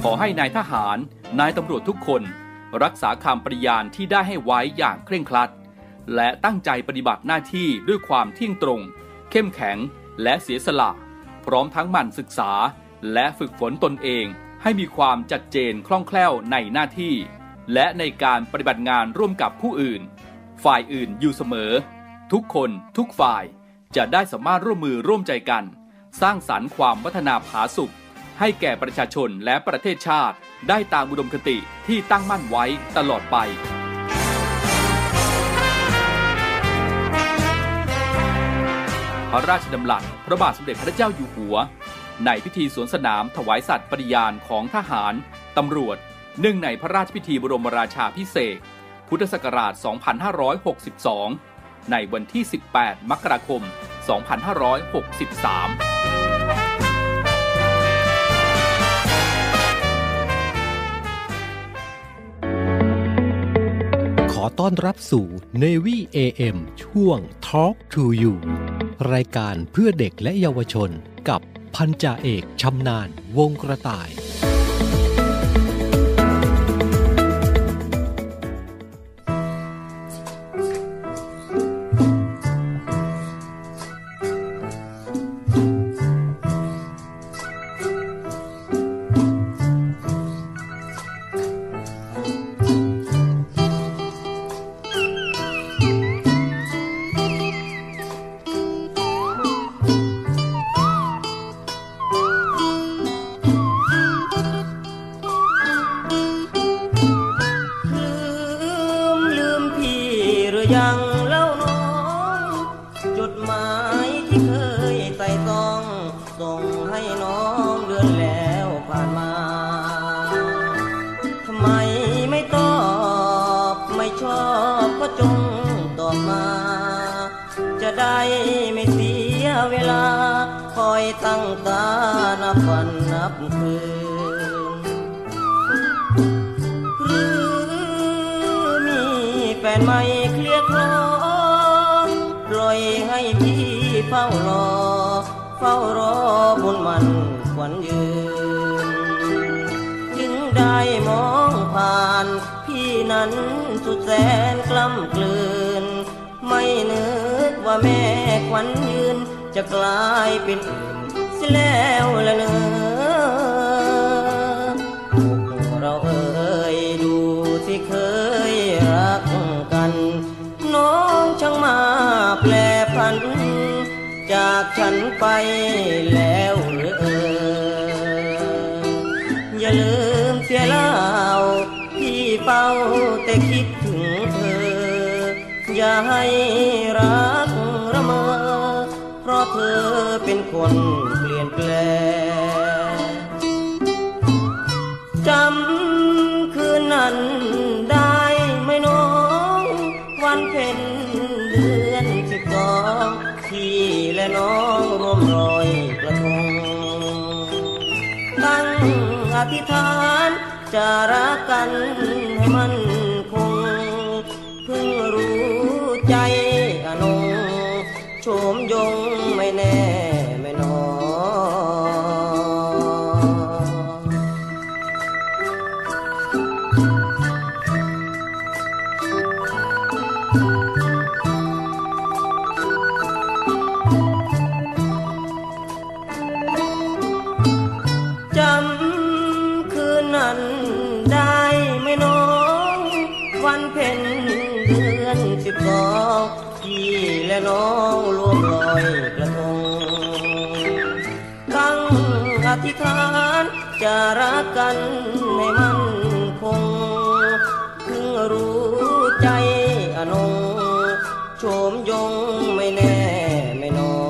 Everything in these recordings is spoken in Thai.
อให้นายทหารนายตำรวจทุกคนรักษาคำปฏิญาณที่ได้ให้ไว้อย่างเคร่งครัดและตั้งใจปฏิบัติหน้าที่ด้วยความเที่ยงตรงเข้มแข็งและเสียสละพร้อมทั้งหมั่นศึกษาและฝึกฝนตนเองให้มีความชัดเจนคล่องแคล่วในหน้าที่และในการปฏิบัติงานร่วมกับผู้อื่นฝ่ายอื่นอยู่เสมอทุกคนทุกฝ่ายจะได้สามารถร่วมมือร่วมใจกันสร้างสรรค์ความพัฒนาผาสุกให้แก่ประชาชนและประเทศชาติได้ตามอุดมคติที่ตั้งมั่นไว้ตลอดไปพระราชดำรัสพระบาทสมเด็จพระเจ้าอยู่หัวในพิธีสวนสนามถวายสัตย์ปฏิญาณของทหารตำรวจเนื่องในพระราชพิธีบรมราชาภิเษกพุทธศักราช 2562 ในวันที่ 18 มกราคม 2563 ขอต้อนรับสู่ Navy AM ช่วง Talk to You รายการเพื่อเด็กและเยาวชนกับพันจ่าเอกชำนาญวงกระต่ายไม่เสียเวลาคอยตั้งตานับวันนับคืนหรือมีแฟนใหม่เคลียร์คลอปล่อยให้พี่เฝ้ารอบุญมันขวัญยืนจึงได้มองผ่านพี่นั้นสุดแสนกล้ำกลืนไม่นึกว่าแม่ขวัญยืนจะกลายเป็นเสียแล้วละเนอพวกเราเอ่ยดูสิเคยรักกันน้องช่างมาแปรผันจากฉันไปแล้วหรืออย่าลืมเสียแล้วพี่เฝ้าแต่คิดถึงเธออย่าให้รักระเมอเพราะเธอเป็นคนเปลี่ยนแปลงจำคืนนั้นได้ไหมน้องวันเพ็ญเดือน12พี่และน้องร่วมลอยกระทงตั้งอธิษฐานจะรักกันให้มันคงเพิ่งรู้ใจอนงโฉมยงไม่แน่ไม่นอนจำคืนนั้นได้ไหมน้องวันเพ็ญเดือน12พี่และน้องร่วมลอยกระทงตั้งอธิษฐานจะรักกันให้มันคงเพิ่งรู้ใจอนงโฉมยงไม่แน่ไม่นอน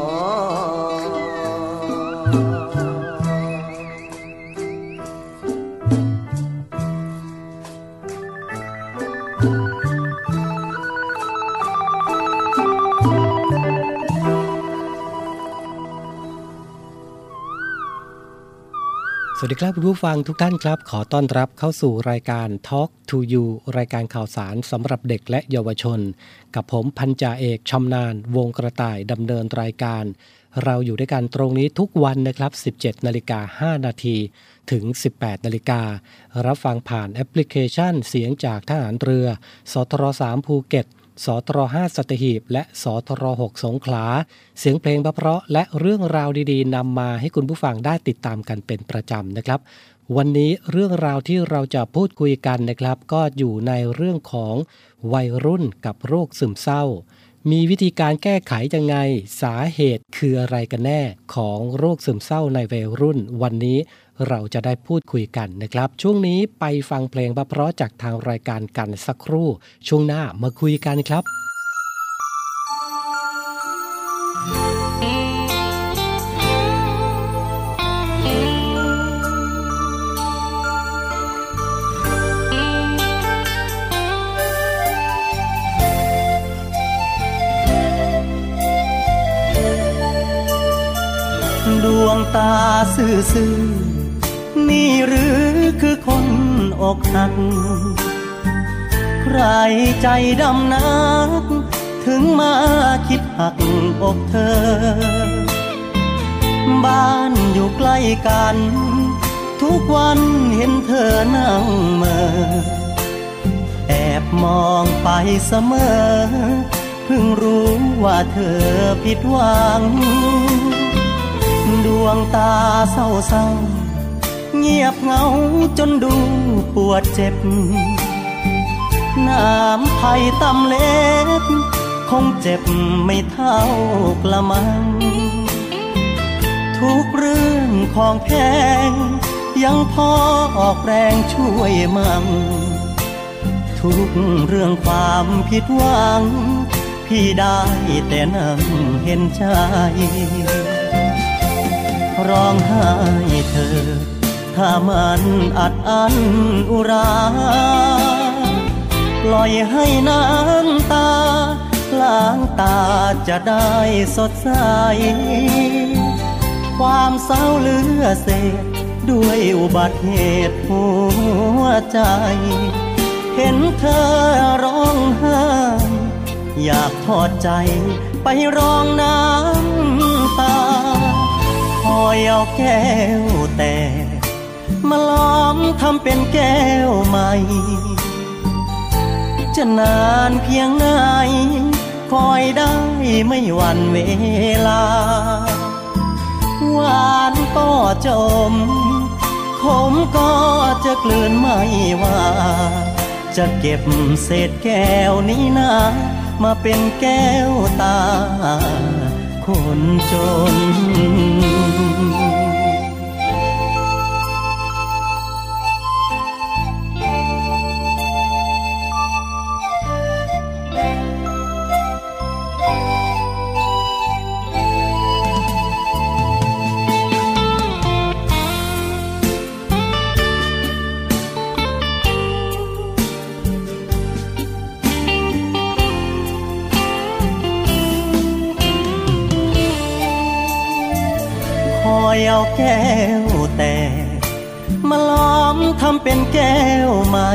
สวัสดีครับคุณผู้ฟังทุกท่านครับขอต้อนรับเข้าสู่รายการ Talk to You รายการข่าวสารสำหรับเด็กและเยาวชนกับผมพันจ่าเอกชำนาญวงกระต่ายดำเนินรายการเราอยู่ด้วยกันตรงนี้ทุกวันนะครับ 17:05 นาทีถึง 18 นาฬิการับฟังผ่านแอปพลิเคชันเสียงจากทหารเรือสทร3ภูเก็ตสทร5สัตหีบและสทร6สงขลาเสียงเพลงเพราะๆและเรื่องราวดีๆนำมาให้คุณผู้ฟังได้ติดตามกันเป็นประจำนะครับวันนี้เรื่องราวที่เราจะพูดคุยกันนะครับก็อยู่ในเรื่องของวัยรุ่นกับโรคซึมเศร้ามีวิธีการแก้ไขยังไงสาเหตุคืออะไรกันแน่ของโรคซึมเศร้าในวัยรุ่นวันนี้เราจะได้พูดคุยกันนะครับช่วงนี้ไปฟังเพลงเพราะๆจากทางรายการกันสักครู่ช่วงหน้ามาคุยกันครับดวงตาซื่อๆนี่หรือคือคนอกหักใครใจดำนักถึงมาคิดหักอกเธอบ้านอยู่ใกล้กันทุกวันเห็นเธอนั่งเมื่อแอบมองไปเสมอเพิ่งรู้ว่าเธอผิดหวังดวงตาเศร้าๆเงียบเหงาจนดูปวดเจ็บน้ำไผ่ตำเล็บคงเจ็บไม่เท่ากระมังทุกเรื่องของแพงยังพอออกแรงช่วยมั่งทุกเรื่องความผิดหวังพี่ได้แต่นั่งเห็นใจร้องไห้เธอถ้ามันอัดอั้นอุราปล่อยให้น้ำตาล้างตาจะได้สดใสความเศร้าเหลือเศษด้วยอุบัติเหตุหัวใจเห็นเธอร้องไห้อยากทอดใจไปร้องน้ำตาคอยเอาแก้วแต่มาล้อมทำเป็นแก้วใหม่จะนานเพียงไหนคอยได้ไม่หวั่นเวลาหวานก็จมขมก็จะกลืนไม่ว่าจะเก็บเศษแก้วนี้นะมาเป็นแก้วตาคนจนเอาแก้วแต่มาล้อมทำเป็นแก้วใหม่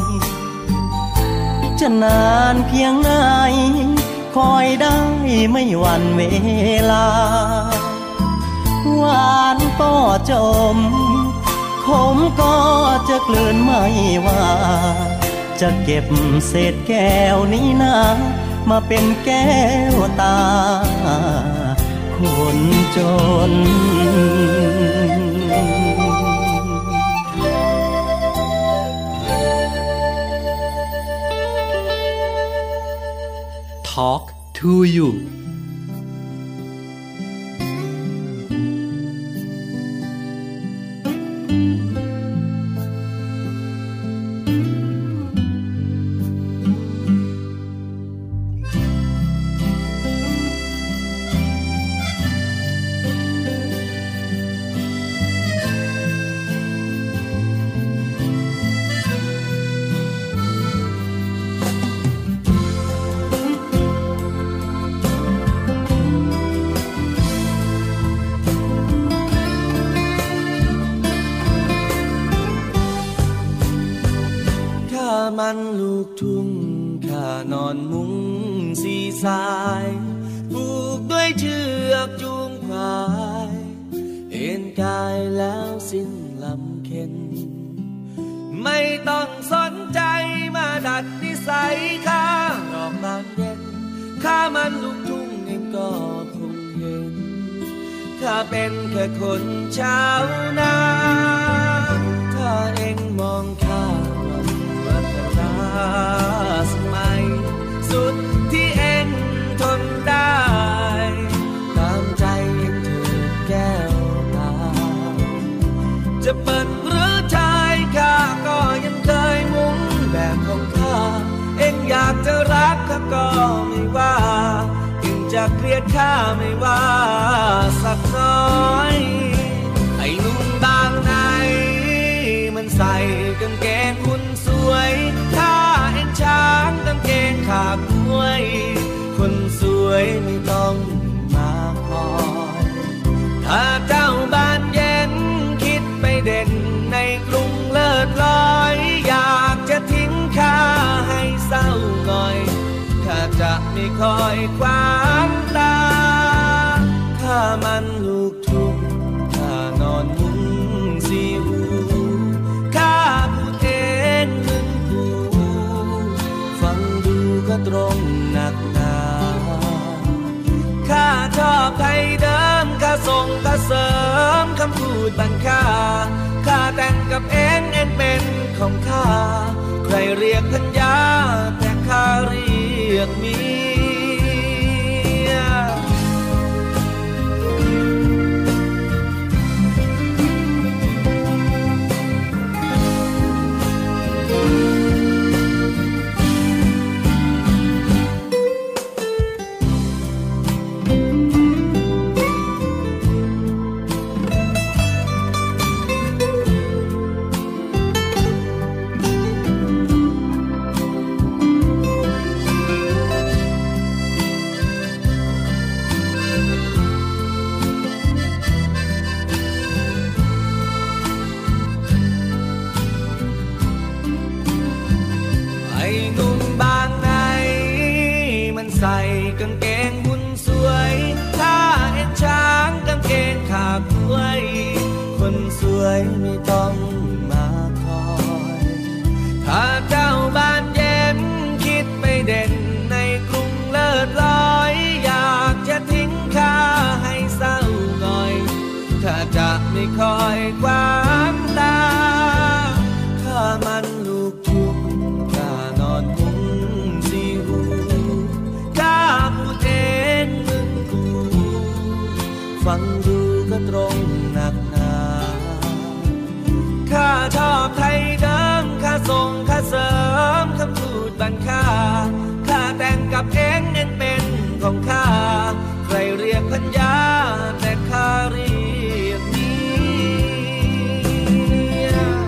จะนานเพียงไหนคอยได้ไม่หวั่นเวลาหวานก็จมขมก็จะกลืนไม่ว่าจะเก็บเศษแก้วนี้นะมาเป็นแก้วตาคนจน Talk to you มันลูกทุ่งข้านอนมุ้งสีสายผูกด้วยเชือกจูงควายเอ็นกายแล้วสิ้นลำเค็นไม่ต้องสนใจมาดัดนิสัยข้าดอกบานเย็นข้ามันลูกทุ่งเองก็คงเห็นข้าเป็นแค่คนชาวนาถ้าเองมองข้าว่าพัฒนาสมัยสุดที่เองทนได้ตามใจเองเถิดแก้วตาจะเปิดหรือชายข้าก็ยังเคยมุ้งแบบของข้าเองอยากจะรักข้าก็ไม่ว่าเองจะเกลียดข้าไม่ว่าสักน้อยไอ้นุ่งบางในมันใส่กางเกงหุ่นสวยถ้าเองช้างกางเกงขาดห้วยคนสวยไม่ต้องมาคอยถ้าเจ้าบ้านเย็นคิดไปเด่นในกรุงเลิศลอยอยากจะทิ้งข้าให้เศร้าหน่อยข้าจะไม่คอยขวางตาข้ามันลูกทุ่งข้านอนมุ้งสีหูข้าพูดเองมึงกูฟังดูก็ตรงหนักหนาข้าชอบไทยเดิมข้าส่งข้าเสริมคำพูดบันค่าข้าแต่งกับเองเป็นของข้าใครเรียกพัญญาแต่ข้าเรียกเมียใส่กางเกงหุ่นสวยถ้าเอ็นช้างกางเกงขาดห้วยคนสวยไม่ต้องมาคอยถ้าเจ้าบ้านเย็นคิดไปเด่นในกรุงเลิศลอยอยากจะทิ้งข้าให้เศร้าหน่อยข้าจะไม่คอยขวางตาข้ามันลูกทุ่งข้านอนมุ้งสีหูข้าพูดเองมึงกูฟังดูก็ตรงหนักหนาข้าชอบไทยเดิมข้าส่งข้าเสริมคำพูดบันค่าข้าแต่งกับเองเป็นของข้าใครเรียกพัญญาแต่ข้าเรียกเมีย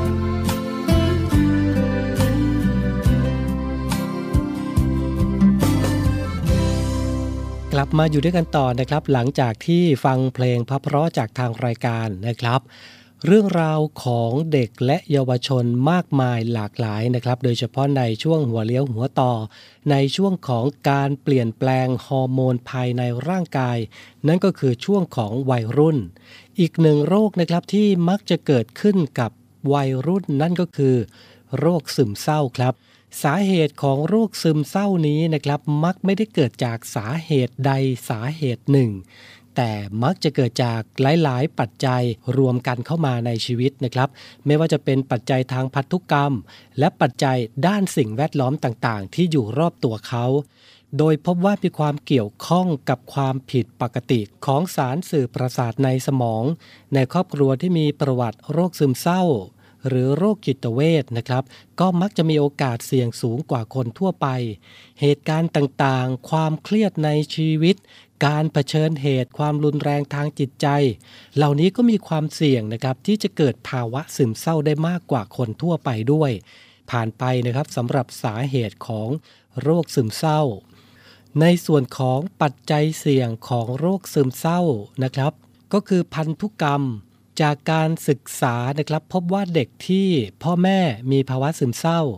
กลับมาอยู่ด้วยกันต่อนะครับหลังจากที่ฟังเพลงเพราะๆจากทางรายการนะครับเรื่องราวของเด็กและเยาวชนมากมายหลากหลายนะครับโดยเฉพาะในช่วงหัวเลี้ยวหัวต่อในช่วงของการเปลี่ยนแปลงฮอร์โมนภายในร่างกายนั่นก็คือช่วงของวัยรุ่นอีกหนึ่งโรคนะครับที่มักจะเกิดขึ้นกับวัยรุ่นนั่นก็คือโรคซึมเศร้าครับสาเหตุของโรคซึมเศร้านี้นะครับมักไม่ได้เกิดจากสาเหตุใดสาเหตุหนึ่งแต่มักจะเกิดจากหลายๆปัจจัยรวมกันเข้ามาในชีวิตนะครับไม่ว่าจะเป็นปัจจัยทางพันธุกรรมและปัจจัยด้านสิ่งแวดล้อมต่างๆที่อยู่รอบตัวเขาโดยพบว่ามีความเกี่ยวข้องกับความผิดปกติของสารสื่อประสาทในสมองในครอบครัวที่มีประวัติโรคซึมเศร้าหรือโรคจิตเวชนะครับก็มักจะมีโอกาสเสี่ยงสูงกว่าคนทั่วไปเหตุการณ์ต่างๆความเครียดในชีวิตการเผชิญเหตุความรุนแรงทางจิตใจเหล่านี้ก็มีความเสี่ยงนะครับที่จะเกิดภาวะซึมเศร้าได้มากกว่าคนทั่วไปด้วยผ่านไปนะครับสำหรับสาเหตุของโรคซึมเศร้าในส่วนของปัจจัยเสี่ยงของโรคซึมเศร้านะครับก็คือพันธุกรรมจากการศึกษานะครับพบว่าเด็กที่พ่อแม่มีภาวะซึมเศร้า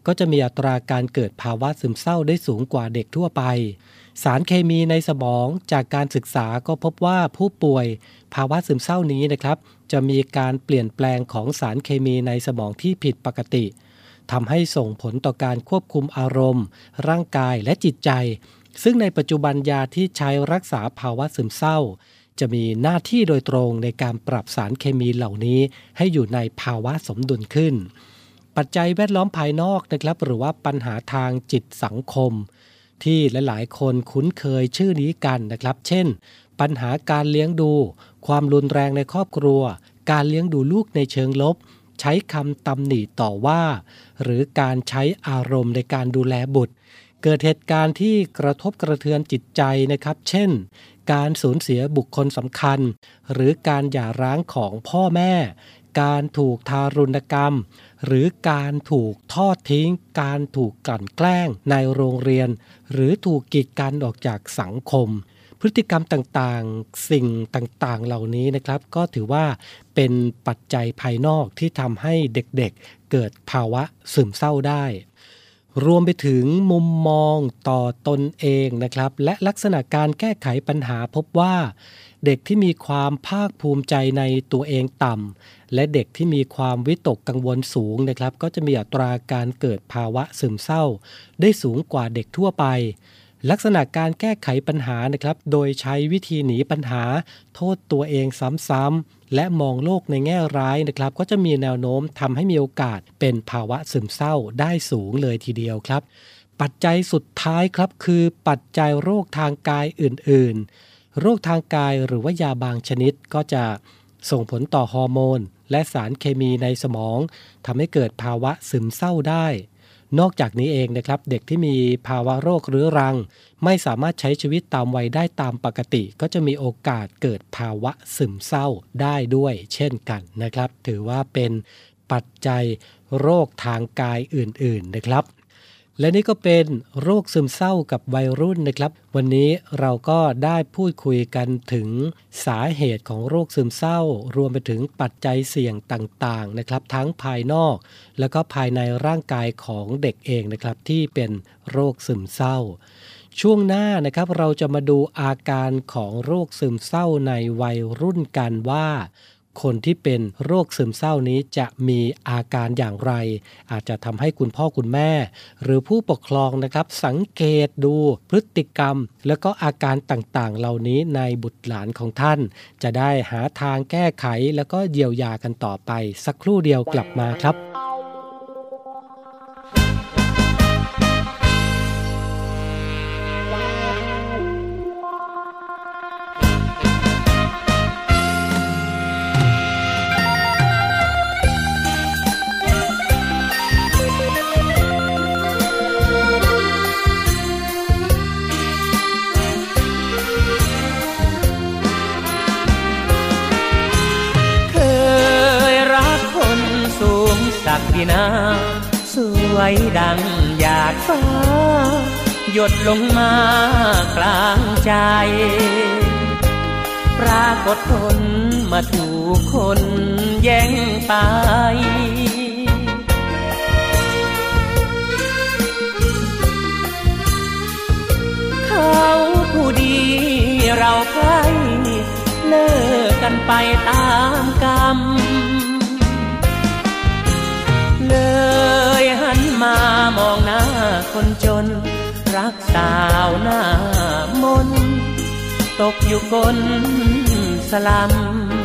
ก็จะมีอัตราการเกิดภาวะซึมเศร้าได้สูงกว่าเด็กทั่วไปสารเคมีในสมองจากการศึกษาก็พบว่าผู้ป่วยภาวะซึมเศร้านี้นะครับจะมีการเปลี่ยนแปลงของสารเคมีในสมองที่ผิดปกติทำให้ส่งผลต่อการควบคุมอารมณ์ร่างกายและจิตใจซึ่งในปัจจุบันยาที่ใช้รักษาภาวะซึมเศร้าจะมีหน้าที่โดยตรงในการปรับสารเคมีเหล่านี้ให้อยู่ในภาวะสมดุลขึ้นปัจจัยแวดล้อมภายนอกนะครับหรือว่าปัญหาทางจิตสังคมที่หลายๆคนคุ้นเคยชื่อนี้กันนะครับเช่นปัญหาการเลี้ยงดูความรุนแรงในครอบครัวการเลี้ยงดูลูกในเชิงลบใช้คำตำหนิต่อว่าหรือการใช้อารมณ์ในการดูแลบุตรเกิดเหตุการณ์ที่กระทบกระเทือนจิตใจนะครับเช่นการสูญเสียบุคคลสำคัญหรือการหย่าร้างของพ่อแม่การถูกทารุณกรรมหรือการถูกทอดทิ้งการถูกกลั่นแกล้งในโรงเรียนหรือถูกกีดกันออกจากสังคมพฤติกรรมต่างๆสิ่งต่างๆเหล่านี้นะครับก็ถือว่าเป็นปัจจัยภายนอกที่ทำให้เด็กๆเกิดภาวะซึมเศร้าได้รวมไปถึงมุมมองต่อตนเองนะครับและลักษณะการแก้ไขปัญหาพบว่าเด็กที่มีความภาคภูมิใจในตัวเองต่ำและเด็กที่มีความวิตกกังวลสูงนะครับก็จะมีอัตราการเกิดภาวะซึมเศร้าได้สูงกว่าเด็กทั่วไปลักษณะการแก้ไขปัญหานะครับโดยใช้วิธีหนีปัญหาโทษตัวเองซ้ำๆและมองโลกในแง่ร้ายนะครับก็จะมีแนวโน้มทำให้มีโอกาสเป็นภาวะซึมเศร้าได้สูงเลยทีเดียวครับปัจจัยสุดท้ายครับคือปัจจัยโรคทางกายอื่นๆโรคทางกายหรือว่ายาบางชนิดก็จะส่งผลต่อฮอร์โมนและสารเคมีในสมองทำให้เกิดภาวะซึมเศร้าได้นอกจากนี้เองนะครับเด็กที่มีภาวะโรคเรื้อรังไม่สามารถใช้ชีวิตตามวัยได้ตามปกติก็จะมีโอกาสเกิดภาวะซึมเศร้าได้ด้วยเช่นกันนะครับถือว่าเป็นปัจจัยโรคทางกายอื่นๆนะครับและนี่ก็เป็นโรคซึมเศร้ากับวัยรุ่นนะครับวันนี้เราก็ได้พูดคุยกันถึงสาเหตุของโรคซึมเศร้ารวมไปถึงปัจจัยเสี่ยงต่างๆนะครับทั้งภายนอกแล้วก็ภายในร่างกายของเด็กเองนะครับที่เป็นโรคซึมเศร้าช่วงหน้านะครับเราจะมาดูอาการของโรคซึมเศร้าในวัยรุ่นกันว่าคนที่เป็นโรคซึมเศร้านี้จะมีอาการอย่างไรอาจจะทำให้คุณพ่อคุณแม่หรือผู้ปกครองนะครับสังเกตดูพฤติกรรมแล้วก็อาการต่างๆเหล่านี้ในบุตรหลานของท่านจะได้หาทางแก้ไขแล้วก็เยียวยากันต่อไปสักครู่เดียวกลับมาครับศักดินาสวยดังหยาดฟ้าหยดลงมากลางใจปรากฏผลมาถูกคนแย่งไปเขาผู้ดีเราใครเลิกกันไปตามกรรมเลยหันมามองหน้าคนจนรักสาวหน้ามนตกอยู่ก้นสลัม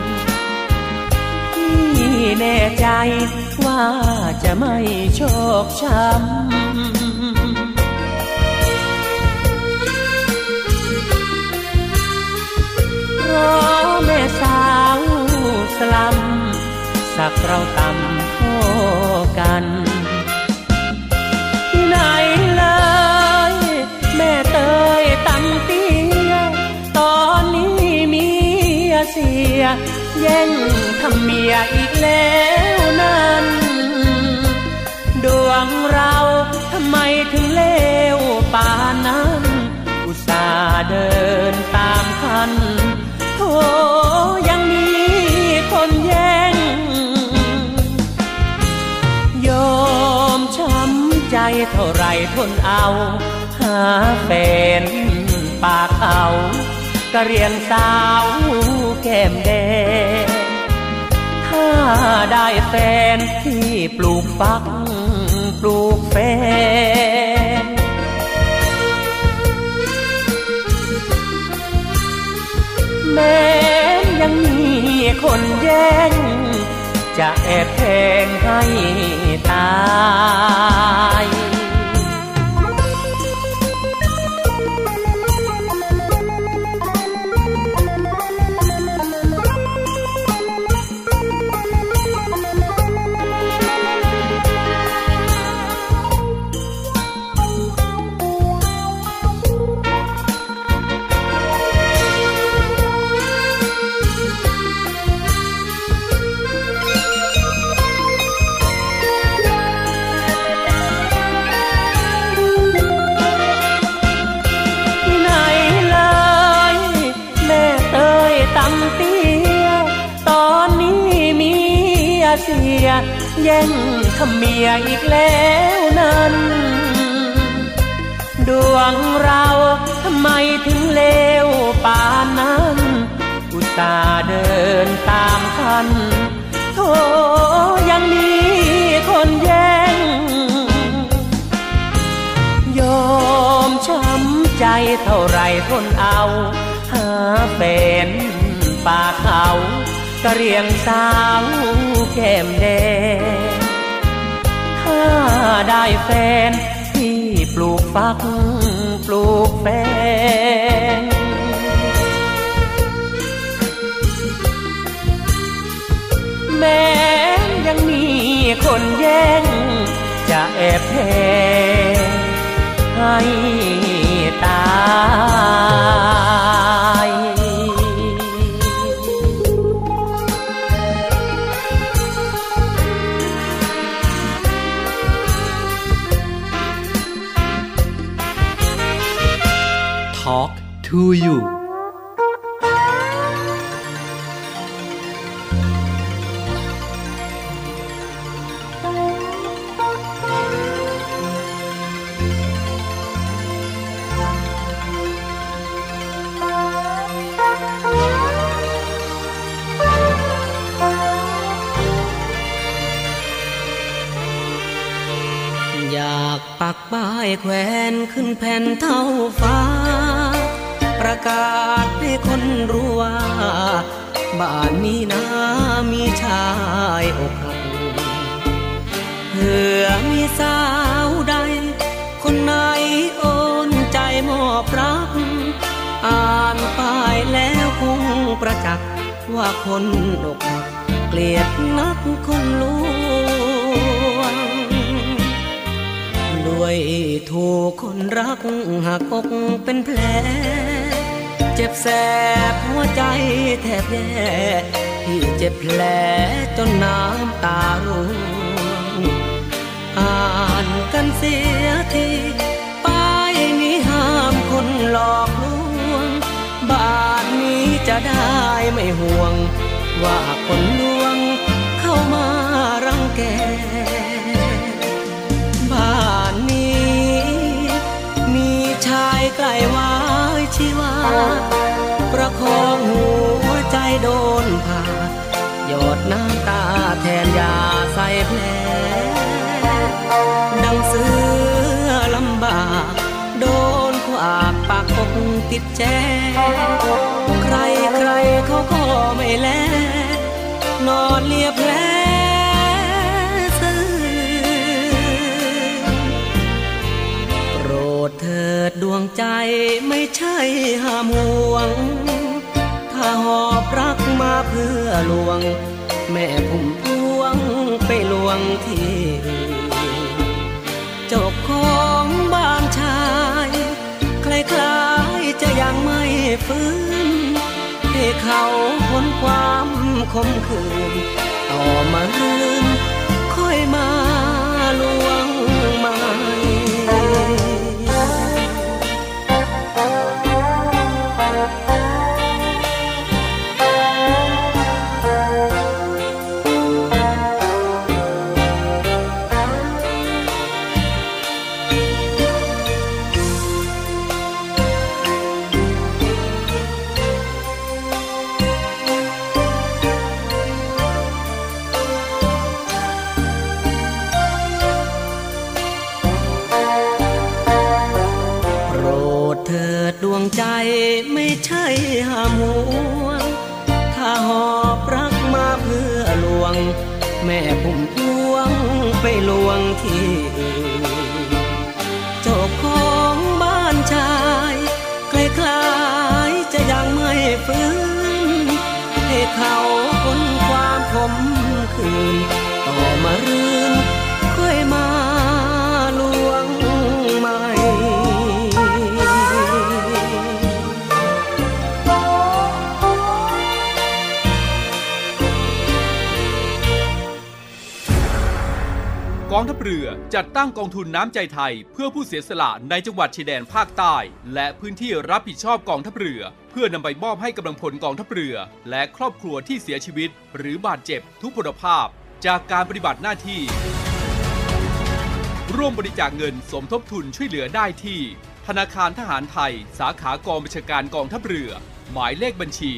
ที่แน่ใจว่าจะไม่โชคช้ำเพราะแม่สาวสลัมสักเราต่ำกันไหนเลยแม่เตยตังเตี้ยตอนนี้เมียเสียแย่งทำเมียอีกแล้วนั้นดวงเราทำไมถึงเลวป่านนั้นอุตส่าห์เดินตามทันโธ่ยังมีคนแย่งยอมช้ำใจเท่าไรทนเอาหาแฟนปากเอากะเรียนสาวแก้มแดงถ้าได้แฟนที่ปลูกฟักปลูกแฟนแม้ยังมีคนแย่งจะแอบแทงให้ตายเสียแย่งทำเมียอีกแล้วนั้นดวงเราทำไมถึงเลวป่านนั้นอุตส่าห์เดินตามทันโธ่ยังมีคนแย่งยอมช้ำใจเท่าไรทนเอาหาแฟนป่าเขากะเรียงสาวแก้มแดงถ้าได้แฟนที่ปลูกฟักปลูกแฟนแม้ยังมีคนแย่งจะแอบแทงให้ตาย Talk to you อยากปักป้ายแขวนขึ้นแผ่นเท่าฟ้าประกาศให้คนรู้ว่าบ้านนี้นะมีชายอกหักเผื่อมีสาวใดคนไหนโอนใจมอบรักอ่านป้ายแล้วคงประจักษ์ว่าคนอกหักเกลียดนักคนลวงด้วยถูกคนรักหักอกเป็นแผลเจ็บแสบหัวใจแทบแย่ที่เจ็บแผลจนน้ำตาร่วงอ่านกันเสียทีป้ายนี้ห้ามคนหลอกลวงบ้านนี้จะได้ไม่ห่วงว่าคนลวงเข้ามารังแกบ้านนี้มีชายใกล้ไว้ชีวาประคองหัวใจโดนผ่าหยดน้ำตาแทนยาใส่แผลดังเสือลำบากโดนขวากปากอกติดแจใครเขาก็ไม่แลนอนเลียแผลเถิดดวงใจไม่ใช่ห้ามห่วงถ้าหอบรักมาเพื่อลวงแม่พุ่มพวงไปลวงที่เจ้าของบ้านชายคล้ายๆจะยังไม่ฟื้นให้เขาพ้นความคมคืนต่อมาลืมค่อยมาลวงมาไม่ใช่ห้ามห่วงถ้าหอบรักมาเพื่อลวงแม่พุ่มพวงไปลวงที่อื่นเจ้าของบ้านชายคล้ายๆจะยังไม่ฟื้นให้เขาพ้นความขมขื่นต่อมารืนค่อยมาลวงใหม่กองทัพเรือจัดตั้งกองทุนน้ำใจไทยเพื่อผู้เสียสละในจังหวัดชายแดนภาคใต้และพื้นที่รับผิดชอบกองทัพเรือเพื่อนำไปมอบให้กำลังพลกองทัพเรือและครอบครัวที่เสียชีวิตหรือบาดเจ็บทุพพลภาพจากการปฏิบัติหน้าที่ร่วมบริจาคเงินสมทบทุนช่วยเหลือได้ที่ธนาคารทหารไทยสาขากองบัญชาการกองทัพเรือหมายเลขบัญชี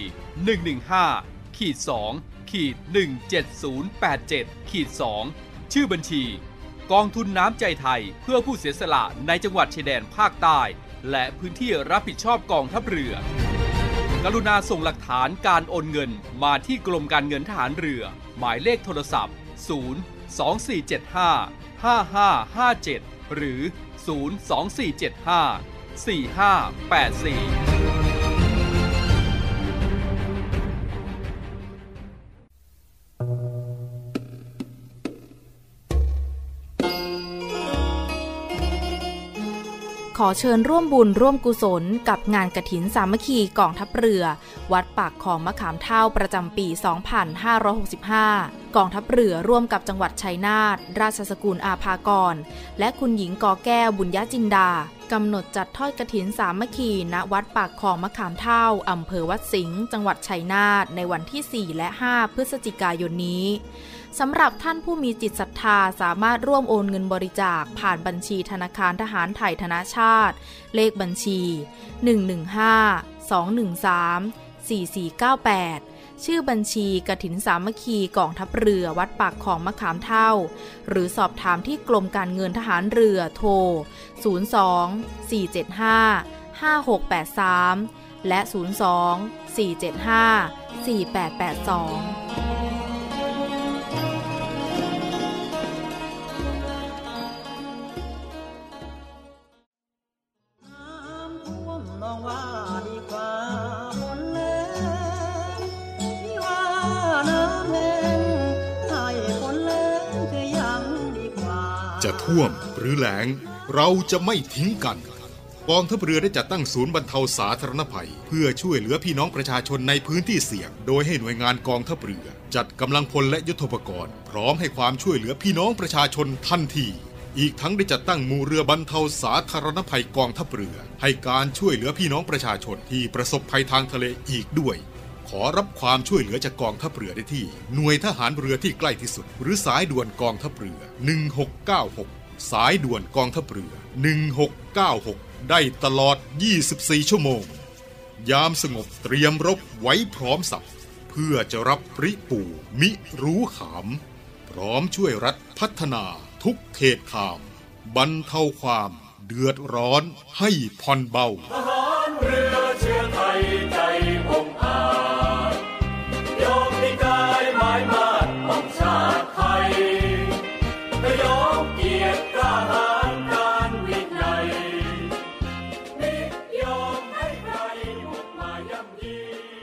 115-2-17087-2ชื่อบัญชีกองทุนน้ำใจไทยเพื่อผู้เสียสละในจังหวัดชายแดนภาคใต้และพื้นที่รับผิดชอบกองทัพเรือกรุณาส่งหลักฐานการโอนเงินมาที่กรมการเงินทหารเรือหมายเลขโทรศัพท์024755557หรือ024754584 ขอเชิญร่วมบุญร่วมกุศลกับงานกฐินสามัคคีกองทัพเรือวัดปากคลองมะขามเฒ่าประจำปี 2565 กองทัพเรือร่วมกับจังหวัดชัยนาทราชสกุลอาภากรและคุณหญิงกอแก้วบุญญจินดากำหนดจัดทอดกฐินสามัคคีณวัดปากคลองมะขามเฒ่าอำเภอวัดสิงห์จังหวัดชัยนาทในวันที่ 4 และ 5 พฤศจิกายนนี้สำหรับท่านผู้มีจิตศรัทธาสามารถร่วมโอนเงินบริจาคผ่านบัญชีธนาคารทหารไทยธนชาติเลขบัญชี 115-213-4498 ชื่อบัญชีกฐินสามัคคีกองทัพเรือวัดปากคลองมะขามเฒ่าหรือสอบถามที่กรมการเงินทหารเรือโทร 02-475-5683 และ 02-475-4882 จะท่วมหรือแล้งเราจะไม่ทิ้งกันกองทัพเรือได้จัดตั้งศูนย์บรรเทาสาธารณภัยเพื่อช่วยเหลือพี่น้องประชาชนในพื้นที่เสี่ยงโดยให้หน่วยงานกองทัพเรือจัดกำลังพลและยุทโธปกรณ์พร้อมให้ความช่วยเหลือพี่น้องประชาชนทันทีอีกทั้งได้จัดตั้งหมู่เรือบรรเทาสาธารณภัยกองทัพเรือให้การช่วยเหลือพี่น้องประชาชนที่ประสบภัยทางทะเลอีกด้วยขอรับความช่วยเหลือจากกองทัพเรือได้ที่หน่วยทหารเรือที่ใกล้ที่สุดหรือสายด่วนกองทัพเรือ1696สายด่วนกองทัพเรือ1696ได้ตลอด24ชั่วโมงยามสงบเตรียมรบไว้พร้อมสับเพื่อจะรับริปูมิรู้ขามพร้อมช่วยรัฐพัฒนาทุกเขตขามบรรเทาความเดือดร้อนให้ผ่อนเบาทหารเรือเชื้อไทยใจองอาจยอมมีกายหมายมาดของชาติไทยและยอมเกียรติกล้าหาญการวินัยนิยอมให้ใครบุกมาย่ำยี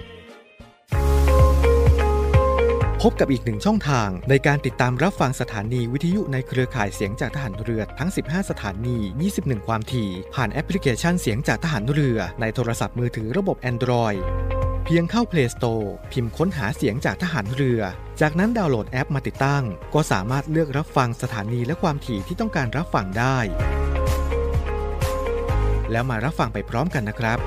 พบกับอีกหนึ่งช่องทางในการติดตามรับฟังสถานีวิทยุในเครือข่ายเสียงจากทหารเรือทั้ง15สถานี21ความถี่ผ่านแอปพลิเคชันเสียงจากทหารเรือในโทรศัพท์มือถือระบบ Android เพียงเข้า Play Store พิมพ์ค้นหาเสียงจากทหารเรือจากนั้นดาวน์โหลดแอปมาติดตั้งก็สามารถเลือกรับฟังสถานีและความถี่ที่ต้องการรับฟังได้แล้วมารับฟังไปพร้อมกันนะครับ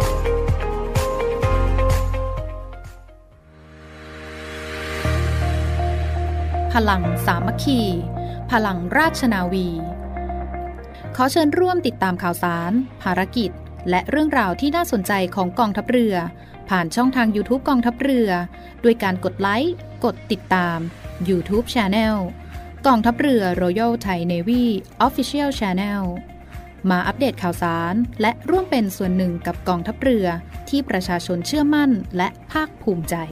พลังสามัคคีพลังราชนาวีขอเชิญร่วมติดตามข่าวสารภารกิจและเรื่องราวที่น่าสนใจของกองทัพเรือผ่านช่องทาง YouTube กองทัพเรือด้วยการกดไลค์กดติดตาม YouTube Channel กองทัพเรือ Royal Thai Navy Official Channel มาอัปเดตข่าวสารและร่วมเป็นส่วนหนึ่งกับกองทัพเรือที่ประชาชนเชื่อมั่นและภาคภูมิใจ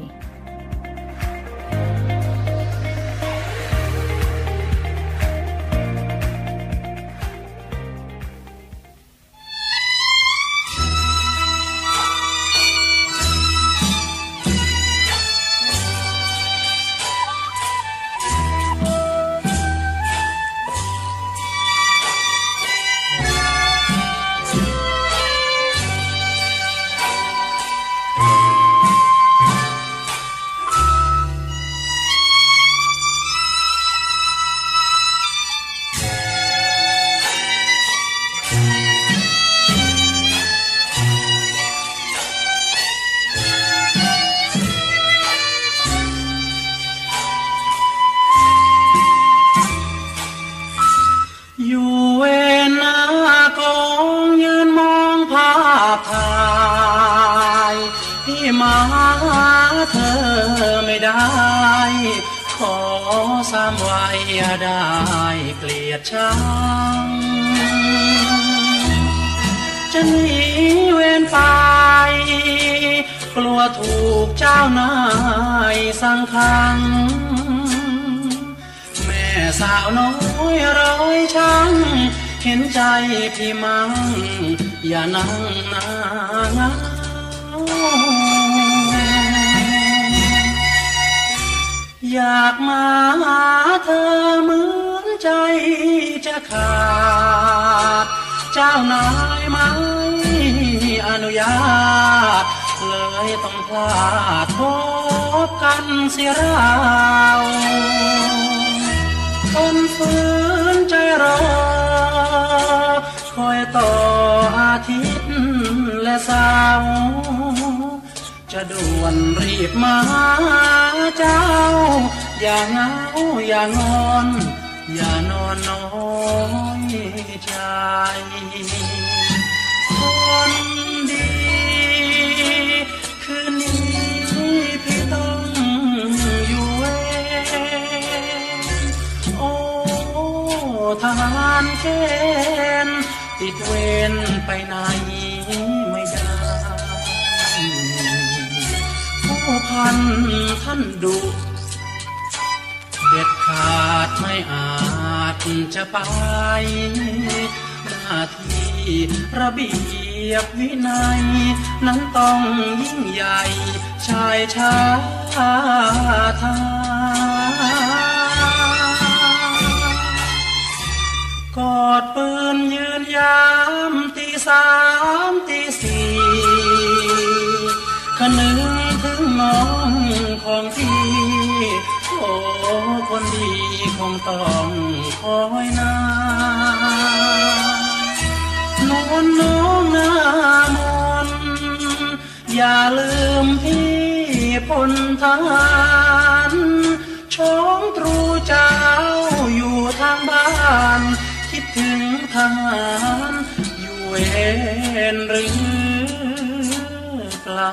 ได้เกลียดชังจะหนีเวรไปกลัวถูกเจ้านายสั่งขังแม่สาวน้อยร้อยช้ำเห็นใจพี่มั่งอย่านั่งนานอยากมาหาเธอเหมือนใจจะขาดเจ้านายไม่อนุญาตเลยต้องพลาดพบกันเสียเราทนฝืนใจรอคอยต่ออาทิตย์และเสาร์จะด่วนรีบมาเจ้าอย่าเหงาอย่างอนอย่านอนน้อยใจคนดีคืนนี้พี่ต้องอยู่เวรโอ้ทหารเกณฑ์ติดเวรไปไหนไม่ได้ผู้พันท่านดุเด็ดขาดไม่อาจจะไปหน้าที่ระเบียบวินัยนั้นต้องยิ่งใหญ่ชายชาไทยกอดปืนยืนยามตีสามตีสี่คนึงถึงน้องของพี่โอ้คนดีคงต้องคอยนานวลน้องหน้ามนอย่าลืมพี่พลทหารช้องตรูเจ้าอยู่ทางบ้านคิดถึงทหารอยู่เวรหรือเปล่า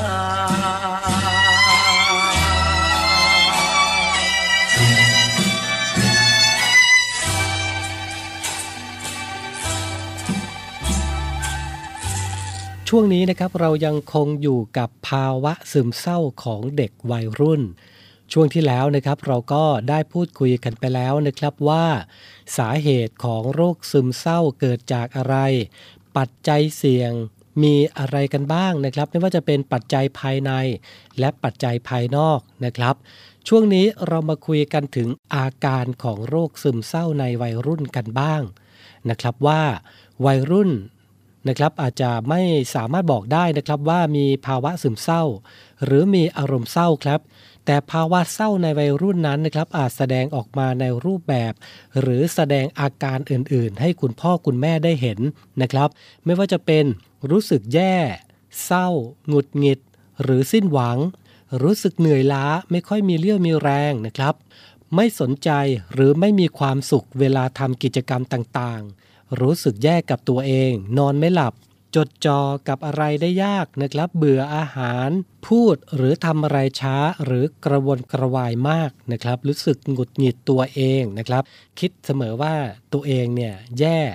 ช่วงนี้นะครับเรายังคงอยู่กับภาวะซึมเศร้าของเด็กวัยรุ่นช่วงที่แล้วนะครับเราก็ได้พูดคุยกันไปแล้วนะครับว่าสาเหตุของโรคซึมเศร้าเกิดจากอะไรปัจจัยเสี่ยงมีอะไรกันบ้างนะครับไม่ว่าจะเป็นปัจจัยภายในและปัจจัยภายนอกนะครับช่วงนี้เรามาคุยกันถึงอาการของโรคซึมเศร้าในวัยรุ่นกันบ้างนะครับว่าวัยรุ่นนะครับอาจจะไม่สามารถบอกได้นะครับว่ามีภาวะซึมเศร้าหรือมีอารมณ์เศร้าครับแต่ภาวะเศร้าในวัยรุ่นนั้นนะครับอาจแสดงออกมาในรูปแบบหรือแสดงอาการอื่นๆให้คุณพ่อคุณแม่ได้เห็นนะครับไม่ว่าจะเป็นรู้สึกแย่เศร้าหงุดหงิดหรือสิ้นหวังรู้สึกเหนื่อยล้าไม่ค่อยมีเรี่ยวมีแรงนะครับไม่สนใจหรือไม่มีความสุขเวลาทำกิจกรรมต่างๆรู้สึกแย่กับตัวเองนอนไม่หลับจดจ่อกับอะไรได้ยากนะครับเบื่ออาหารพูดหรือทำอะไรช้าหรือกระวนกระวายมากนะครับรู้สึกหงุดหงิดตัวเองนะครับคิดเสมอว่าตัวเองเนี่ยแย่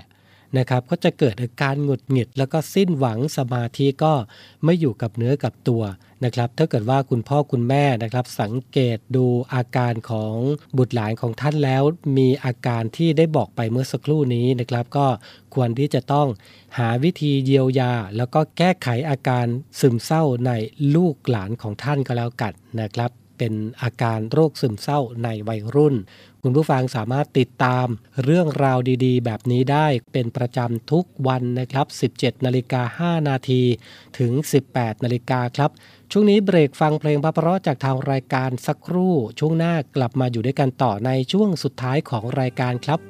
นะครับก็จะเกิดอาการหงุดหงิดแล้วก็สิ้นหวังสมาธิก็ไม่อยู่กับเนื้อกับตัวนะครับถ้าเกิดว่าคุณพ่อคุณแม่นะครับสังเกตดูอาการของบุตรหลานของท่านแล้วมีอาการที่ได้บอกไปเมื่อสักครู่นี้นะครับก็ควรที่จะต้องหาวิธีเยียวยาแล้วก็แก้ไขอาการซึมเศร้าในลูกหลานของท่านก็แล้วกันนะครับเป็นอาการโรคซึมเศร้าในวัยรุ่นคุณผู้ฟังสามารถติดตามเรื่องราวดีๆแบบนี้ได้เป็นประจำทุกวันนะครับ 17:05 นาทีถึง 18 นาฬิกาครับช่วงนี้เบรกฟังเพลงเพราะๆจากทางรายการสักครู่ช่วงหน้ากลับมาอยู่ด้วยกันต่อในช่วงสุดท้ายของรายการครับ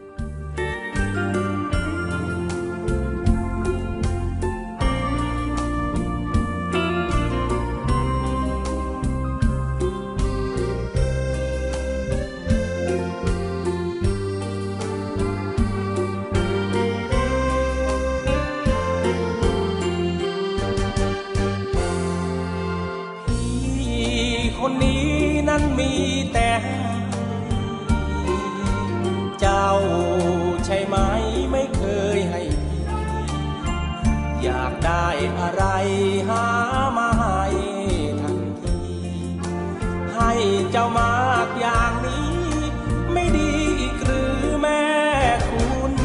คนนี้นั้นมีแต่เจ้าใช่ไหมไม่เคยให้อยากได้อะไรหามาให้ทันทีให้เจ้ามากอย่างนี้ไม่ดีอีกหรือแม่คุณ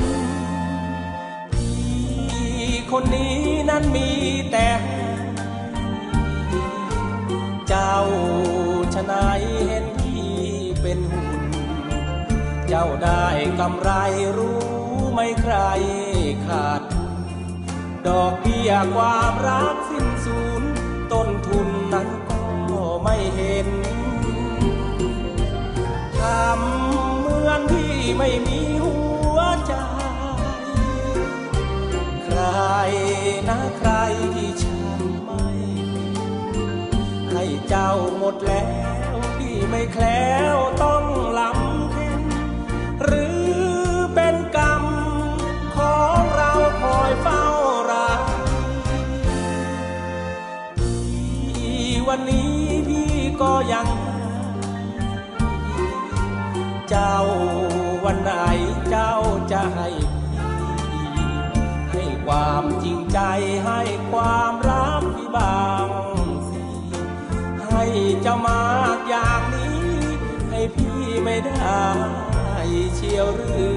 คนนี้นั้นมีแต่เจ้าชะไหนเห็นพี่เป็นหุ่นเจ้าได้กำไรรู้ไหมใครขาดดอกเบี้ยความรักสิ้นสูญต้นทุนนั้นก็ไม่เห็นทำเหมือนพี่ไม่มีหัวใจใครนะใครที่ฉันไม่ให้เจ้าหมดแล้วพี่ไม่แคล้วต้องลำเค็นหรือเป็นกรรมของเราคอยเฝ้ารักวันนี้พี่ก็ยังเจ้าวันไหนเจ้าจะให้ความจริงใจให้ความรักพี่บางให้เจ้ามากอย่างนี้ให้พี่ไม่ได้เชียวหรือ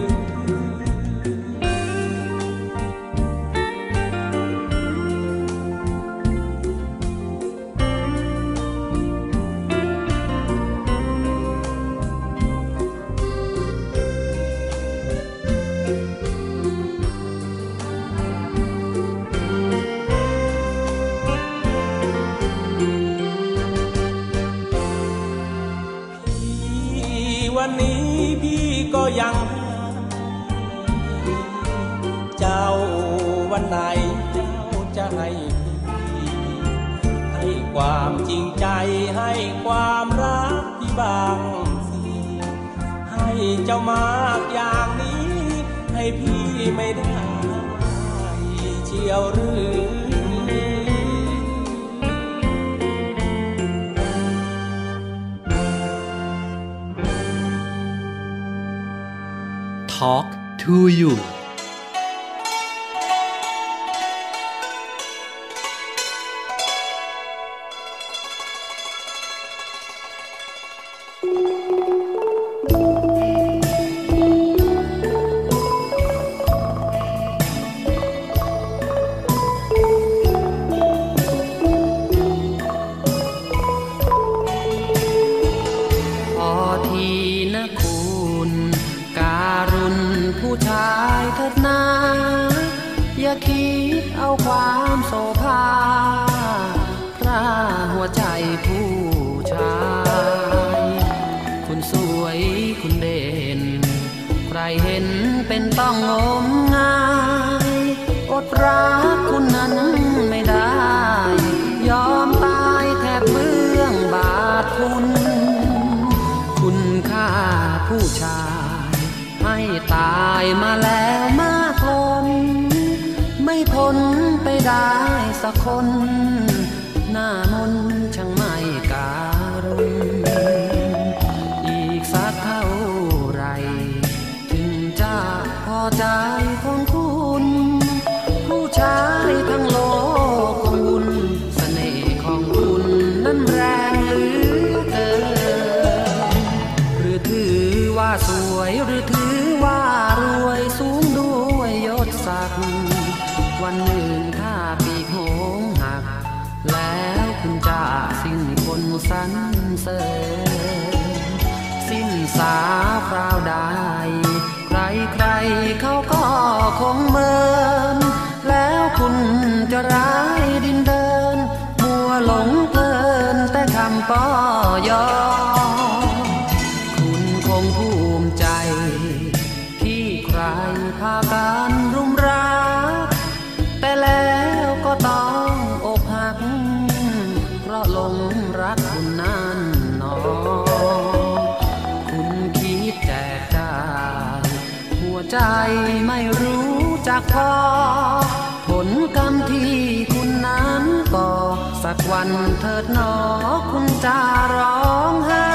วันนี้พี่ก็ยังเจ้าวันไหนเจ้าจะให้พี่ให้ความจริงใจให้ความรักพี่บางสิให้เจ้ามากอย่างนี้ให้พี่ไม่ได้เชียวหรือ Talk to you เอาความโสภาพระหัวใจผู้ชายคุณสวยคุณเด่นใครเห็นเป็นต้องงมงายอดรักคุณนั้นไม่ได้ยอมตายแทบเบื้องบาทคุณค่าผู้ชายให้ตายมาแล้วมากล้นไม่ทนไปได้สักคนหน้ามนช่างไม่การุณอีกสักเท่าไรถึงจะพอใจของสวยหรือถือว่ารวยสูงด้วยยศศักดิ์วันหนึ่งถ้าปีกโหงหักแล้วคุณจะสิ้นคนสรรเสริญสิ้นสาพราวใดใครเขาก็คงเมินแล้วคุณจะร้ายดินเดินมัวหลงเพลินแต่คำป้อยอคุณคงภูมิใจที่ใครพากันรุมรักแต่แล้วก็ต้องอกหักเพราะหลงรักคุณนั่นหนอคุณคิดแจกจ่ายหัวใจไม่รู้จักพอผลกรรมที่คุณนั้นก่อสักวันเถิดหนอคุณจะร้องไห้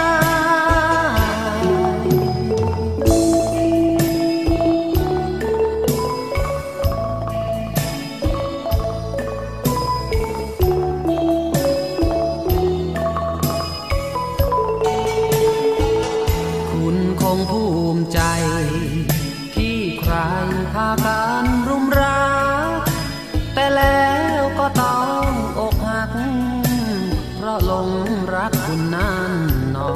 คุณคงภูมิใจที่ใครพากันรุมรักแต่แล้วก็ต้องอกหักเพราะหลงรักคุณนั่นหนอ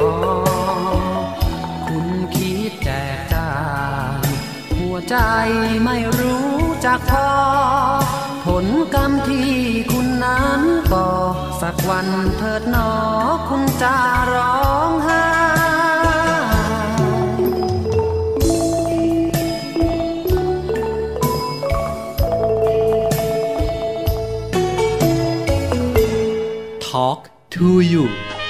คุณคิดแจกจ่ายหัวใจไม่รู้จักพอผลกรรมที่คุณนั้นก่อสักวันเถิดหนอคุณจะร้องไห้ Talk to you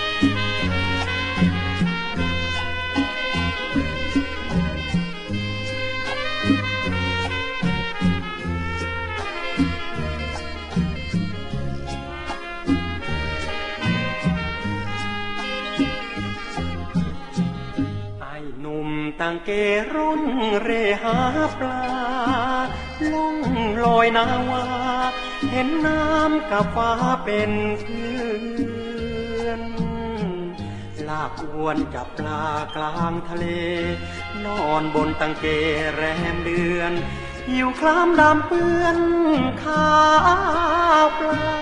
หนุ่มตั้งเกรุ่นเรหาปลาล่องลอยนาวาเห็นน้ำกับฟ้าเป็นเพื่อนลากอวนจับปลากลางทะเลนอนบนตั้งเกแรมเดือนหิวคล้ำดำเปื้อนข้าวปลา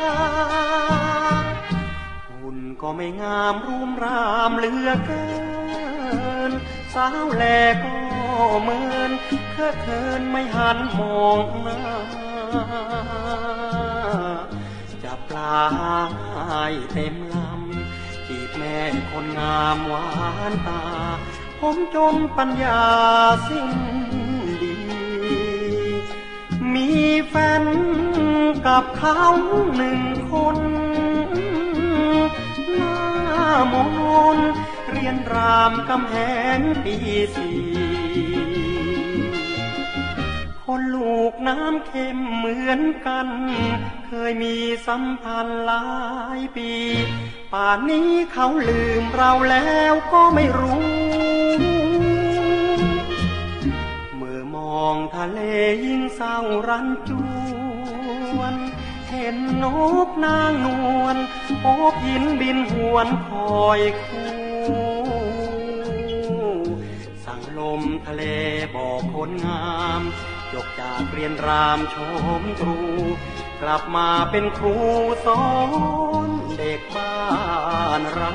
หุ่นก็ไม่งามรูมรามเหลือเกินสาวแลก็เหมือนเคอะเขินไม่หันมองหน้าจับปลาให้เต็มลำจีบแม่คนงามหวานตาผมจมปัญญาสิ้นดีมีแฟนกับเขาหนึ่งคนหน้ามนเรียนรามกำแหงปีสี่คนลูกน้ำเค็มเหมือนกันเคยมีสัมพันธ์หลายปีป่านนี้เขาลืมเราแล้วก็ไม่รู้เมื่อมองทะเลยิ่งเศร้ารันจวนเห็นนกนางนวลโอบหินบินหวนคอยคู่สั่งลมทะเลบอกคนงามจบจากเรียนรามชมตรูกลับมาเป็นครูสอนเด็กบ้านเรา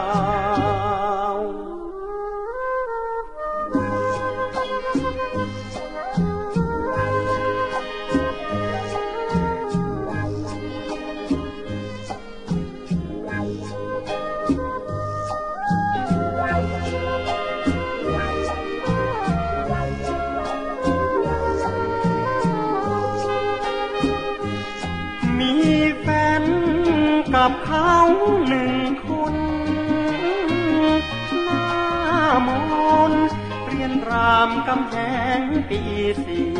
กับเขาหนึ่งคนหน้ามนเรียนรามกำแหงปีสี่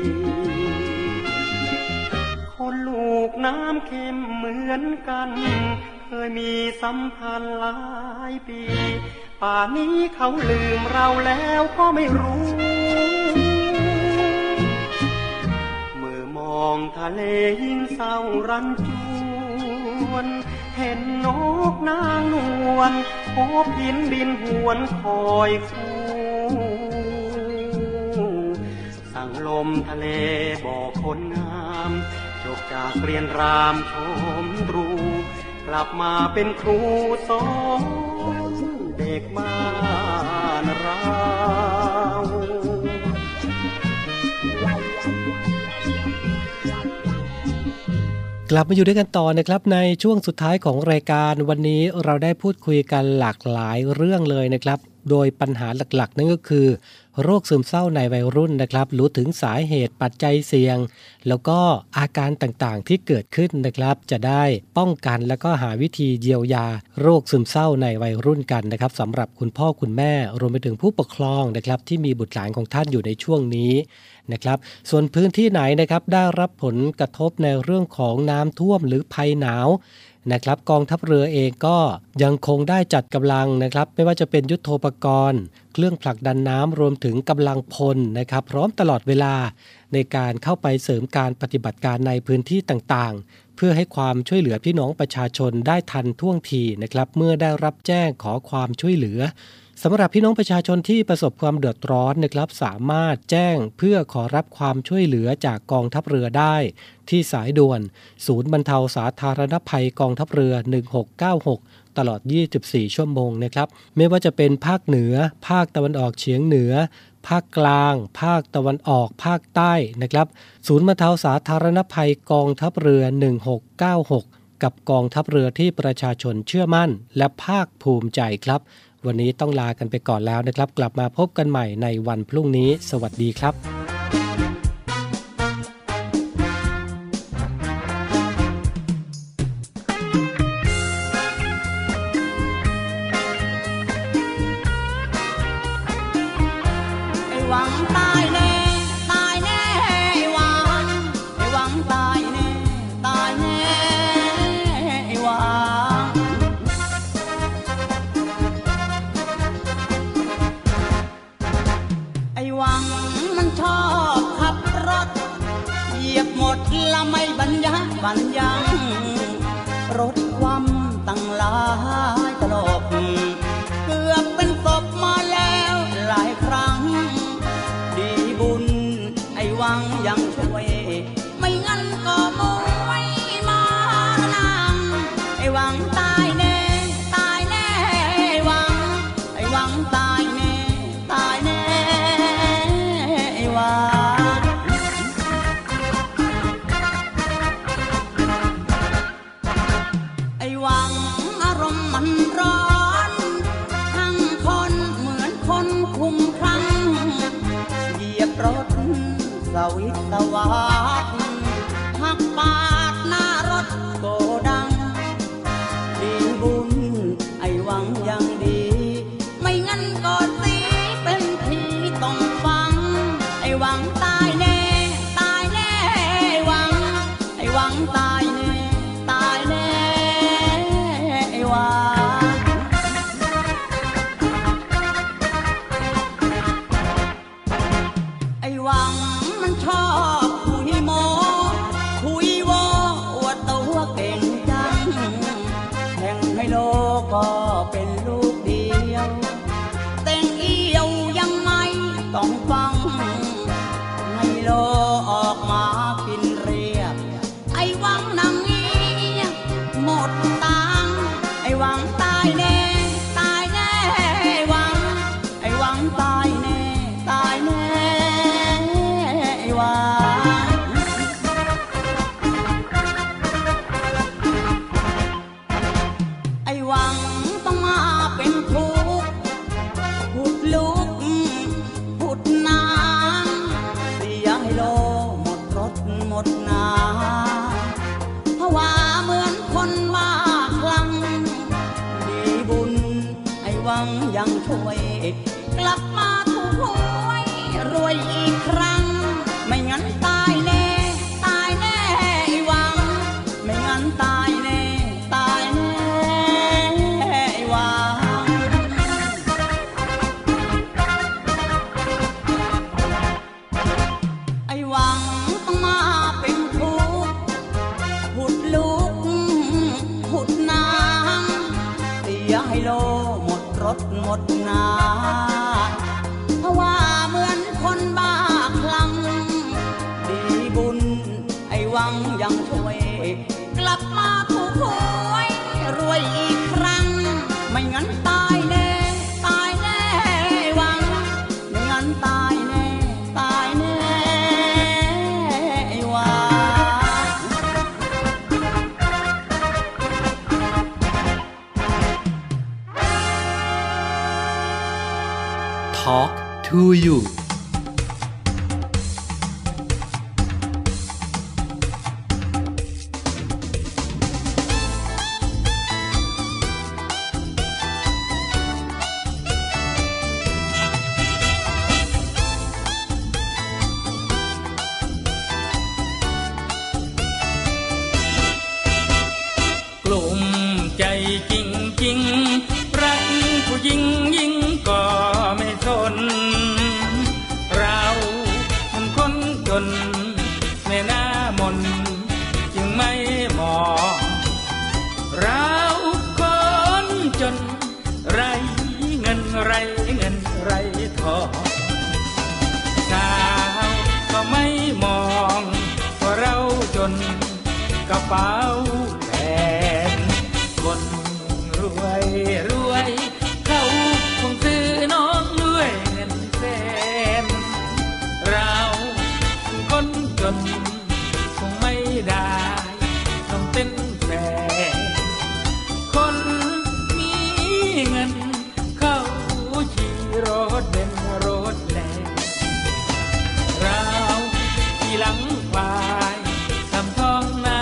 คนลูกน้ำเค็มเหมือนกันเคยมีสัมพันธ์หลายปีป่านนี้เขาลืมเราแล้วก็ไม่รู้เมื่อมองทะเลยิ่งเศร้ารันจวนเห็นนกนางนวลโอบหินบินหวนคอยคู่มทะเลบ่อคนงามจบจากเรียนรามชมตรูกลับมาเป็นครูสอนเด็กบ้านเรากลับมาอยู่ด้วยกันต่อนะครับในช่วงสุดท้ายของรายการวันนี้เราได้พูดคุยกันหลากหลายเรื่องเลยนะครับโดยปัญหาหลักๆนั่นก็คือโรคซึมเศร้าในวัยรุ่นนะครับรู้ถึงสาเหตุปัจจัยเสี่ยงแล้วก็อาการต่างๆที่เกิดขึ้นนะครับจะได้ป้องกันแล้วก็หาวิธีเยียวยาโรคซึมเศร้าในวัยรุ่นกันนะครับสำหรับคุณพ่อคุณแม่รวมไปถึงผู้ปกครองนะครับที่มีบุตรหลานของท่านอยู่ในช่วงนี้นะครับส่วนพื้นที่ไหนนะครับได้รับผลกระทบในเรื่องของน้ำท่วมหรือภัยหนาวนะครับกองทัพเรือเองก็ยังคงได้จัดกำลังนะครับไม่ว่าจะเป็นยุทโธปกรณ์เครื่องผลักดันน้ำรวมถึงกำลังพลนะครับพร้อมตลอดเวลาในการเข้าไปเสริมการปฏิบัติการในพื้นที่ต่างๆเพื่อให้ความช่วยเหลือพี่น้องประชาชนได้ทันท่วงทีนะครับเมื่อได้รับแจ้งขอความช่วยเหลือสำหรับพี่น้องประชาชนที่ประสบความเดือดร้อนนะครับสามารถแจ้งเพื่อขอรับความช่วยเหลือจากกองทัพเรือได้ที่สายด่วนศูนย์บรรเทาสาธารณภัยกองทัพเรือ1696ตลอด24ชั่วโมงนะครับไม่ว่าจะเป็นภาคเหนือภาคตะวันออกเฉียงเหนือภาคกลางภาคตะวันออกภาคใต้นะครับศูนย์บรรเทาสาธารณภัยกองทัพเรือ1696กับกองทัพเรือที่ประชาชนเชื่อมั่นและภาคภูมิใจครับวันนี้ต้องลากันไปก่อนแล้วนะครับกลับมาพบกันใหม่ในวันพรุ่งนี้สวัสดีครับไอ้หวังตายแน่ตายแน่ไอ้หวังไอ้หวังตายแน่ตายแน่ไอ้หวังไอ้หวังมันชอบขับรถเหยียบหมดละไม่บรรยั้งรถคว่ำตั้งหลายตลบเกือบเป็นศพมาแล้วหลายครั้งดีบุญไอ้หวังยังช่วยไม่งั้นก็มวยมานั่งไอ้หวังตายแน่ตายแน่ไอ้หวังตายแน่ตายแน่ไอ้หวังไอ้หวังอารมณ์มันร้อนทั้งคนเหมือนคนคุ้มคลั่งเหยียบรถสวิตวาทหักปาดหน้ารถโกดังดีบุญไอ้หวังยังดีไม่งั้นก็ตีเป็นผีต้องฟังไอ้หวังตายแน่ตายแน่ไอ้หวังตายแน่ตายแน่ไอ้หวังไอ้หวังมันชอบคุยโมคุยโวอวดตัวเก่งจังแข่งไฮโลก็เป็นลูกเดียวเต้งเอี้ยวยังไม่ต้องฟังไฮโลออกมากินเรียบไอ้หวังนั่งเงียบหมดตังค์ไอ้หวังตายแน่ตายแน่ไอ้หวังตายแน่ตายแน่ไอ้หวังไอ้หวังต้องมาเป็นทุกข์ผุดลุกผุดนางวังยังช่วยกลับมาถูกหวยรวยอีกครั้งไม่งั้นตายแน่ตายแน่หวังไม่งั้นตายแน่ตายแน่หวัง Talk to you กลุ่มใจจริงๆรักผู้หญิงยิ่งก็ไม่ทนเรามันคนจนในหน้ามนจึงไม่มองเราคนจนไรเงินไรเงินไรทองสาวก็ไม่มองว่าเราจนกระเป๋าคนรวยเขาคงซื้อน้องด้วยเงินแสนเราคนจนคงไม่ได้ต้องเป็นแฟนคนมีเงินเขาขี่รถเบนซ์รถแล่นเราขี่หลังควายทำท้องนา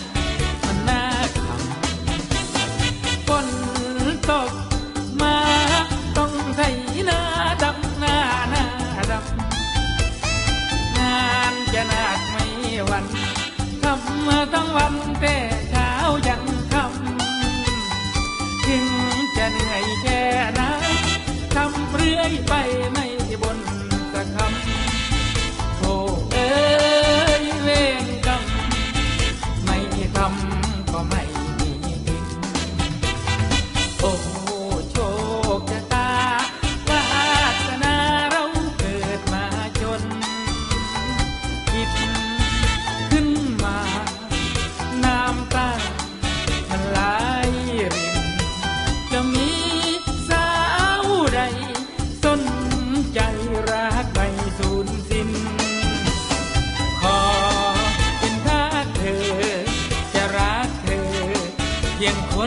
ตกมาต้องไถนาดำนาดำงานจะหนักไม่วันทำมาทั้งวันแต่เช้ายันค่ำถึงจะเหนื่อยแค่ไหนทำเรื่อยไปไม่บ่นสักคำโธ่เอ้ยเวรกรรมไม่ทำก็ไม่โอ้โชคชะตาวาสนาเราเกิดมาจนคิดขึ้นมาน้ำตามันไหลรินจะมีสาวใดสนใจรักไม่สูญสิ้นขอเป็นทาสเธอจะรักเธอเพียงคน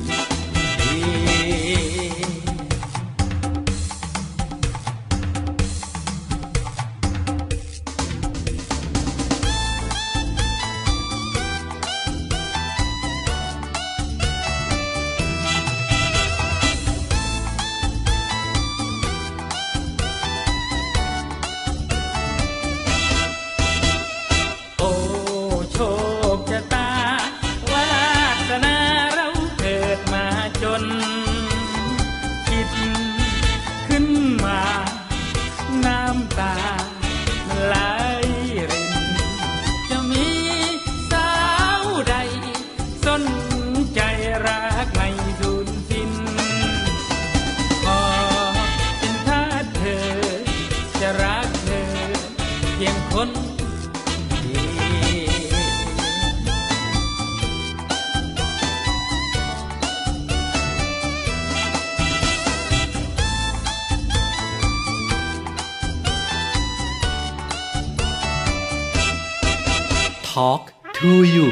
Talk to you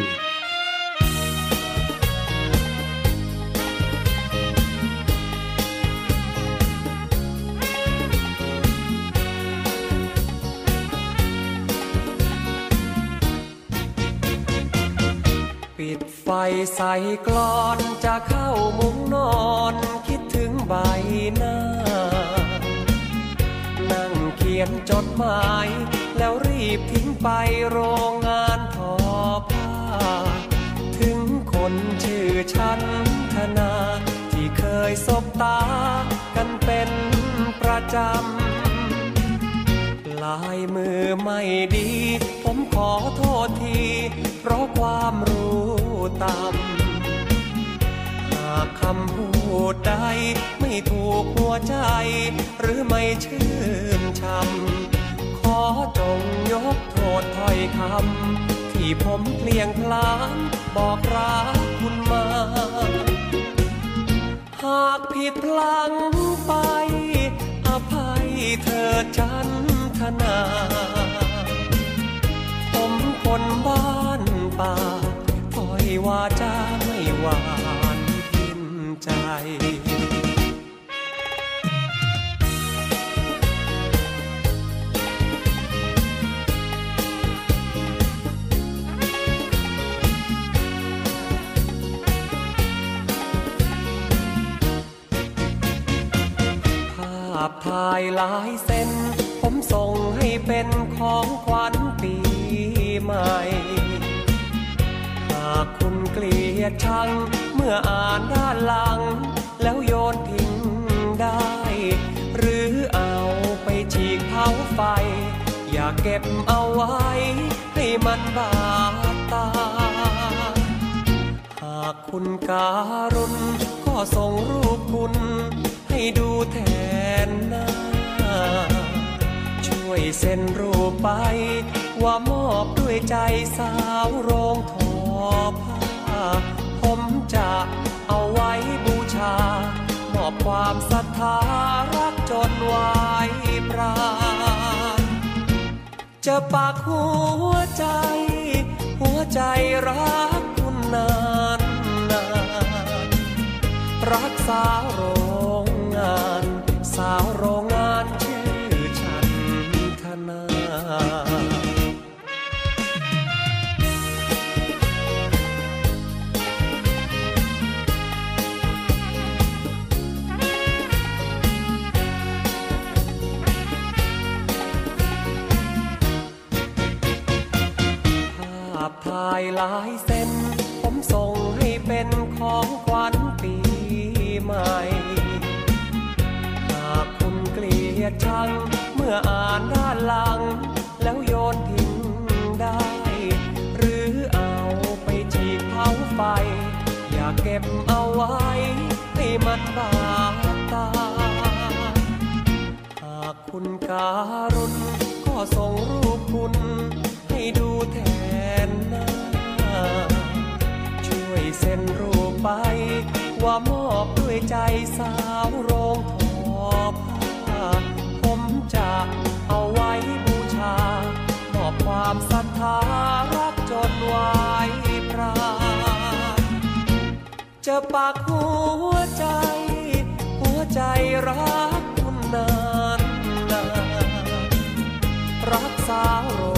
ปิดไฟใส่กลอนจะเข้ามุ้งนอนคิดถึงใบหน้านั่งเขียนจดหมายแล้วรีบทิ้งไปโรงงานทอผ้าถึงคนชื่อฉันธนาที่เคยสบตากันเป็นประจำลายมือไม่ดีผมขอโทษทีเพราะความรู้ต่ำหากคำพูดใดไม่ถูกหัวใจหรือไม่ชื่นชมขอจงยกโทษถ้อยคำที่ผมเพลียงพลานบอกรักคุณมาหากผิดพลั้งไปอภัยเธอจันทนาผมคนบ้านป่าถอยวาจาไม่หวานกินใจภาพถ่ายลายเส้นผมส่งให้เป็นของขวัญปีใหม่หากคุณเกลียดชังเมื่ออ่านด้านหลังแล้วโยนทิ้งได้หรือเอาไปฉีกเผาไฟอย่าเก็บเอาไว้ให้มันบาดตาหากคุณการุณก็ส่งรูปคุณให้ดูแทนหน้าช่วยเซ็นรูปไปว่ามอบด้วยใจสาวโรงทอผ้าผมจะเอาไว้บูชามอบความศรัทธารักจนไว้ปราณจะปักหัวใจรักคุณนานรักสาวโรงงานชื่อฉันธนาภาพถ่ายลายเส้นผมส่งให้เป็นของขวัญปีใหม่หากคุณเกลียดชังเมื่ออ่านด้านหลังแล้วโยนทิ้งได้หรือเอาไปฉีกเผาไฟอย่าเก็บเอาไว้ให้มันบาดตาหากคุณการุณก็ส่งรูปคุณให้ดูแทนหน้าช่วยเซ็นรูปไปว่ามอบด้วยใจสาวโรงทอผ้าผมจะเอาไว้บูชามอบความศรัทธารักจนไว้ปราณจะปักหัวใจรักคุณนานรักสาวโรง